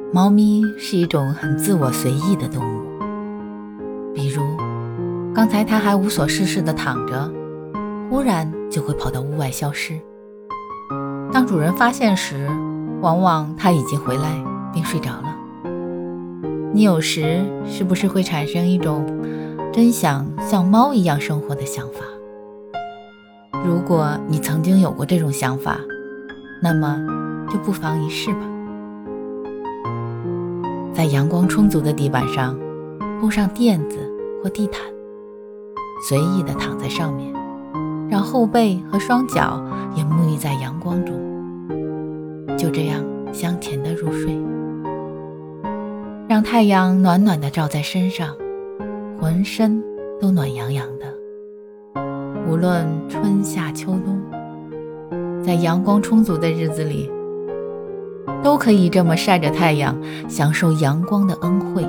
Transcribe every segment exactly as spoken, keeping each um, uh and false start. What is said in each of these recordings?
猫咪是一种很自我随意的动物，比如刚才它还无所事事地躺着，忽然就会跑到屋外消失。当主人发现时，往往它已经回来并睡着了。你有时是不是会产生一种真想像猫一样生活的想法？如果你曾经有过这种想法，那么就不妨一试吧。在阳光充足的地板上铺上垫子或地毯，随意地躺在上面，让后背和双脚也沐浴在阳光中，就这样香甜地入睡，让太阳暖暖地照在身上，浑身都暖洋洋的。无论春夏秋冬，在阳光充足的日子里，都可以这么晒着太阳，享受阳光的恩惠。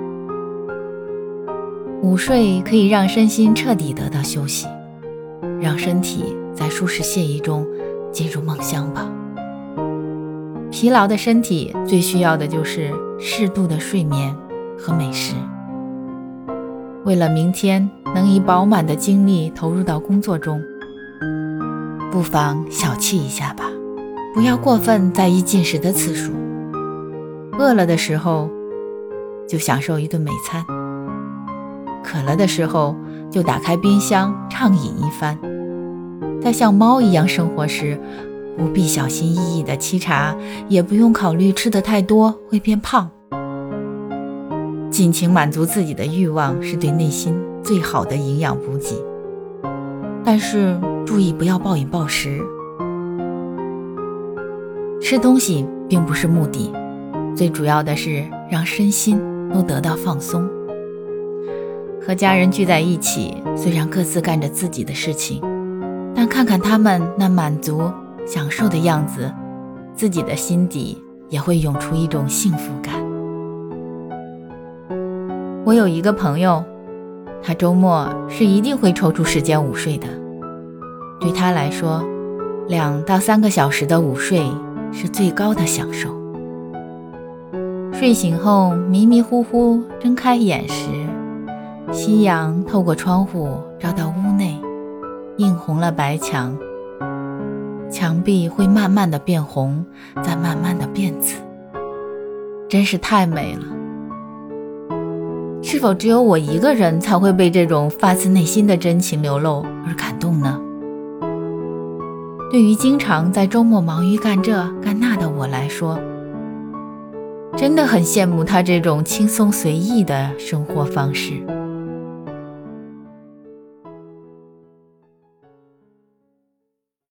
午睡可以让身心彻底得到休息，让身体在舒适惬意中进入梦乡吧。疲劳的身体最需要的就是适度的睡眠和美食。为了明天能以饱满的精力投入到工作中，不妨小憩一下吧，不要过分在意进食的次数。饿了的时候就享受一顿美餐，渴了的时候就打开冰箱畅饮一番。在像猫一样生活时，不必小心翼翼的沏茶，也不用考虑吃得太多会变胖。尽情满足自己的欲望是对内心最好的营养补给，但是注意不要暴饮暴食。吃东西并不是目的，最主要的是让身心都得到放松。和家人聚在一起，虽然各自干着自己的事情，但看看他们那满足享受的样子，自己的心底也会涌出一种幸福感。我有一个朋友，他周末是一定会抽出时间午睡的。对他来说，两到三个小时的午睡是最高的享受。睡醒后迷迷糊糊睁开眼时，夕阳透过窗户照到屋内，映红了白墙，墙壁会慢慢的变红，再慢慢的变紫，真是太美了。是否只有我一个人才会被这种发自内心的真情流露而感动呢？对于经常在周末忙于干这干那的我来说，真的很羡慕他这种轻松随意的生活方式。